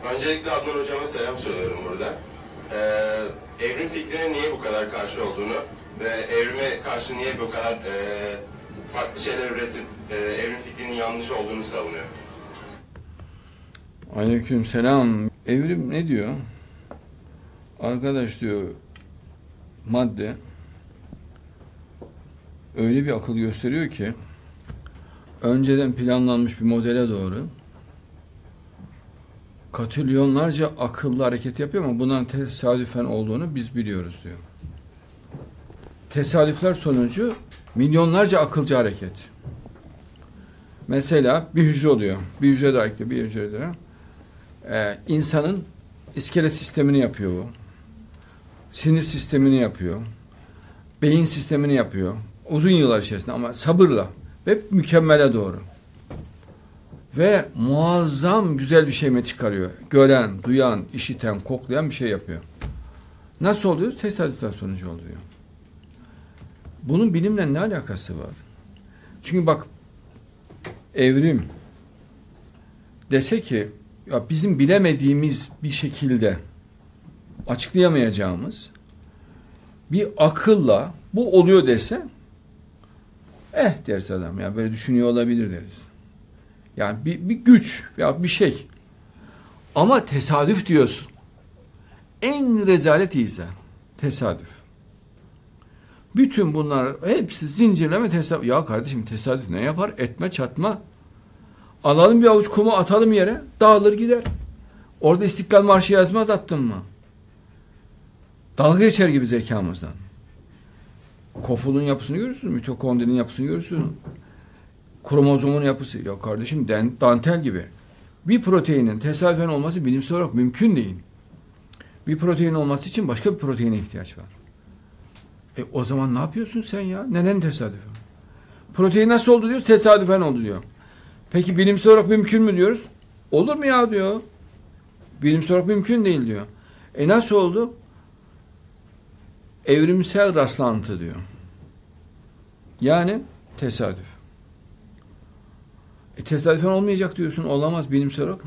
Öncelikle Adnan Hocama selam söylüyorum burada. Evrim fikrine niye bu kadar karşı olduğunu ve evrime karşı niye bu kadar farklı şeyler üretip evrim fikrinin yanlış olduğunu savunuyor. Aleykümselam. Evrim ne diyor? Arkadaş diyor, madde öyle bir akıl gösteriyor ki önceden planlanmış bir modele doğru katrilyonlarca akıllı hareket yapıyor ama bundan tesadüfen olduğunu biz biliyoruz diyor. Tesadüfler sonucu milyonlarca akılcı hareket. Mesela bir hücre oluyor. Bir hücre daha ekliyor, bir hücre daha. İnsanın iskelet sistemini yapıyor bu. Sinir sistemini yapıyor. Beyin sistemini yapıyor. Uzun yıllar içerisinde ama sabırla ve mükemmele doğru. Ve muazzam güzel bir şey mi çıkarıyor? Gören, duyan, işiten, koklayan bir şey yapıyor. Nasıl oluyor? Tesadüfler sonucu oluyor. Bunun bilimle ne alakası var? Çünkü bak, evrim dese ki ya bizim bilemediğimiz bir şekilde açıklayamayacağımız bir akılla bu oluyor dese deriz adam ya, böyle düşünüyor olabilir deriz. Yani bir güç ya bir şey. Ama tesadüf diyorsun. En rezalet izah. Tesadüf. Bütün bunlar hepsi zincirleme tesadüf. Ya kardeşim, tesadüf ne yapar? Etme çatma. Alalım bir avuç kumu, atalım yere, dağılır gider. Orada İstiklal Marşı yazmaz, attın mı? Dalga geçer gibi zekamızdan. Kofulun yapısını görürsün, mitokondrinin yapısını görürsün. Kromozomun yapısı. Ya kardeşim, dantel gibi. Bir proteinin tesadüfen olması bilimsel olarak mümkün değil. Bir protein olması için başka bir proteine ihtiyaç var. O zaman ne yapıyorsun sen ya? Neden tesadüfen? Protein nasıl oldu diyoruz? Tesadüfen oldu diyor. Peki bilimsel olarak mümkün mü diyoruz? Olur mu ya diyor. Bilimsel olarak mümkün değil diyor. Nasıl oldu? Evrimsel rastlantı diyor. Yani tesadüf. Tesadüfen olmayacak diyorsun. Olamaz bilimsel olarak.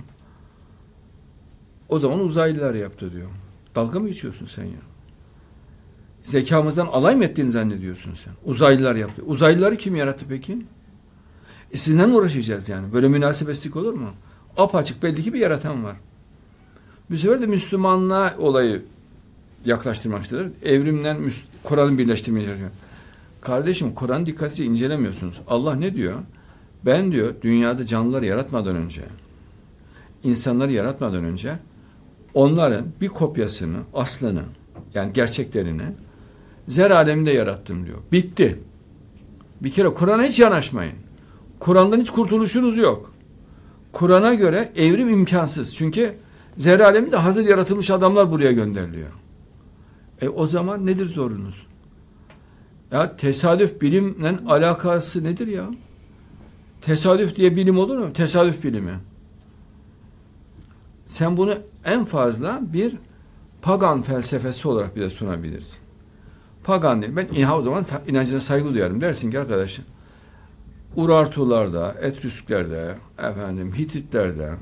O zaman uzaylılar yaptı diyor. Dalga mı geçiyorsun sen ya? Zekamızdan alay mı ettiğini zannediyorsun sen? Uzaylılar yaptı. Uzaylıları kim yarattı peki? Sizinle mi uğraşacağız yani? Böyle münasebetsizlik olur mu? Apaçık belli ki bir yaratan var. Bu sefer de Müslümanlığa olayı yaklaştırmak istiyorlar. Evrimden Kur'an'ı birleştirmeye çalışıyor. Kardeşim, Kur'an'ı dikkatlice incelemiyorsunuz. Allah ne diyor? Ben diyor dünyada canlıları yaratmadan önce, insanları yaratmadan önce onların bir kopyasını, aslını, yani gerçeklerini zer aleminde yarattım diyor. Bitti. Bir kere Kur'an'a hiç yanaşmayın. Kur'an'dan hiç kurtuluşunuz yok. Kur'an'a göre evrim imkansız. Çünkü zer aleminde hazır yaratılmış adamlar buraya gönderiliyor. O zaman nedir zorunuz? Ya tesadüf bilimle alakası nedir ya? Tesadüf diye bilim olur mu? Tesadüf bilimi. Sen bunu en fazla bir pagan felsefesi olarak bile sunabilirsin. Pagan değil. Ben o zaman inancına saygı duyarım. Dersin ki arkadaşım, Urartularda, Etrüsklerde, Hititlerde,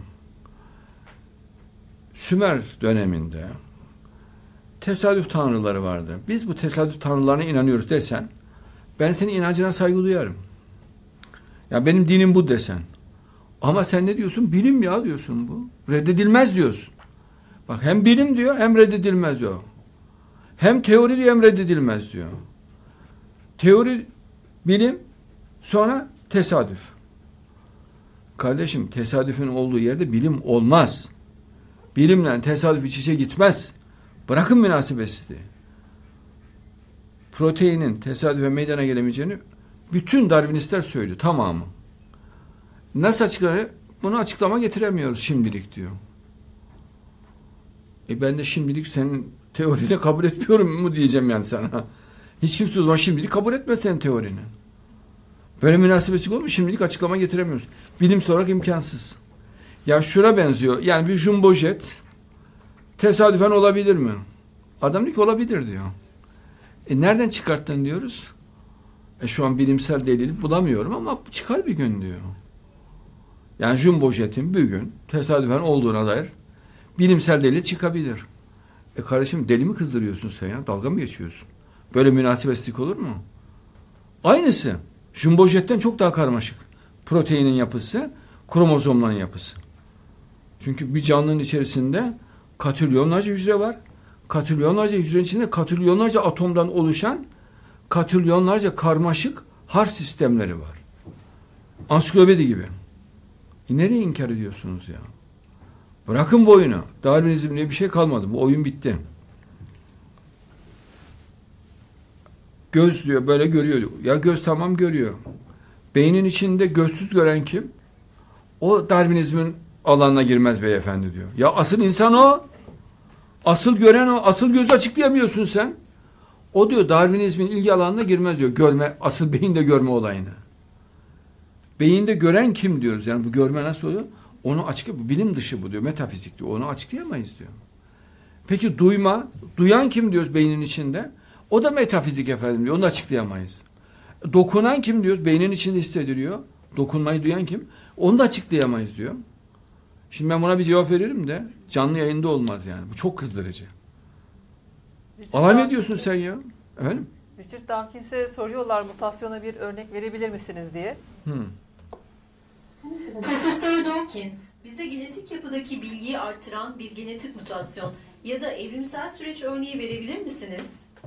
Sümer döneminde tesadüf tanrıları vardı. Biz bu tesadüf tanrılarına inanıyoruz desen, ben senin inancına saygı duyarım. Ya benim dinim bu desen. Ama sen ne diyorsun? Bilim ya diyorsun bu. Reddedilmez diyorsun. Bak, hem bilim diyor hem reddedilmez diyor. Hem teori diyor hem reddedilmez diyor. Teori, bilim, sonra tesadüf. Kardeşim, tesadüfün olduğu yerde bilim olmaz. Bilimle tesadüf iç içe gitmez. Bırakın münasebetsizliği. Proteinin tesadüfe meydana gelemeyeceğini bütün Darwinistler söylüyor, tamamı. Nasıl açıklanır? Bunu açıklama getiremiyoruz şimdilik diyor. Ben de şimdilik senin teorini kabul etmiyorum mu diyeceğim yani sana. Hiç kimse o zaman şimdilik kabul etmez senin teorini. Böyle münasebetsizlik olmuş, şimdilik açıklama getiremiyoruz. Bilimsel olarak imkansız. Ya şuna benziyor. Yani bir jumbo jet tesadüfen olabilir mi? Adam diyor ki olabilir diyor. Nereden çıkarttın diyoruz? Şu an bilimsel delil bulamıyorum ama çıkar bir gün diyor. Yani jumbo jetin bir gün tesadüfen olduğuna dair Bilimsel delil çıkabilir. Kardeşim deli mi kızdırıyorsun sen ya? Dalga mı geçiyorsun? Böyle münasebetsizlik olur mu? Aynısı. Jumbo jetten çok daha karmaşık. Proteinin yapısı, kromozomların yapısı. Çünkü bir canlının içerisinde katrilyonlarca hücre var. Katrilyonlarca hücrenin içinde katrilyonlarca atomdan oluşan katrilyonlarca karmaşık harf sistemleri var. Ansiklopedi gibi. Nereye inkar ediyorsunuz ya? Bırakın bu oyunu. Darwinizm diye bir şey kalmadı. Bu oyun bitti. Göz diyor böyle görüyor. Ya göz tamam görüyor. Beynin içinde gözsüz gören kim? O Darwinizmin alanına girmez beyefendi diyor. Ya asıl insan o. Asıl gören o. Asıl gözü açıklayamıyorsun sen. O diyor Darwinizmin ilgi alanına girmez diyor. Görme, asıl beyinde görme olayını. Beyinde gören kim diyoruz. Yani bu görme nasıl oluyor? Onu açıklayamıyor. Bilim dışı bu diyor. Metafizik diyor. Onu açıklayamayız diyor. Peki duyma. Duyan kim diyoruz beynin içinde? O da metafizik efendim diyor. Onu da açıklayamayız. Dokunan kim diyoruz? Beynin içinde hissediliyor. Dokunmayı duyan kim? Onu da açıklayamayız diyor. Şimdi ben buna bir cevap veririm de canlı yayında olmaz yani. Bu çok kızdırıcı. Alay mı ediyorsun sen ya? Efendim? Richard Dawkins'e soruyorlar mutasyona bir örnek verebilir misiniz diye. Profesör Dawkins, bizde genetik yapıdaki bilgiyi artıran bir genetik mutasyon ya da evrimsel süreç örneği verebilir misiniz?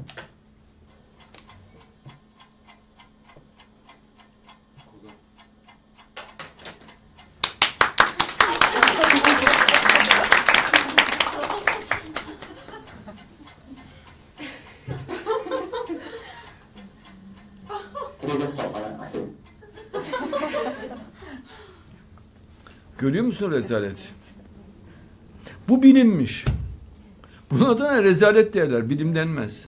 Görüyor musun rezalet? Bu bilimmiş. Buna adına rezalet derler. Bilim denmez.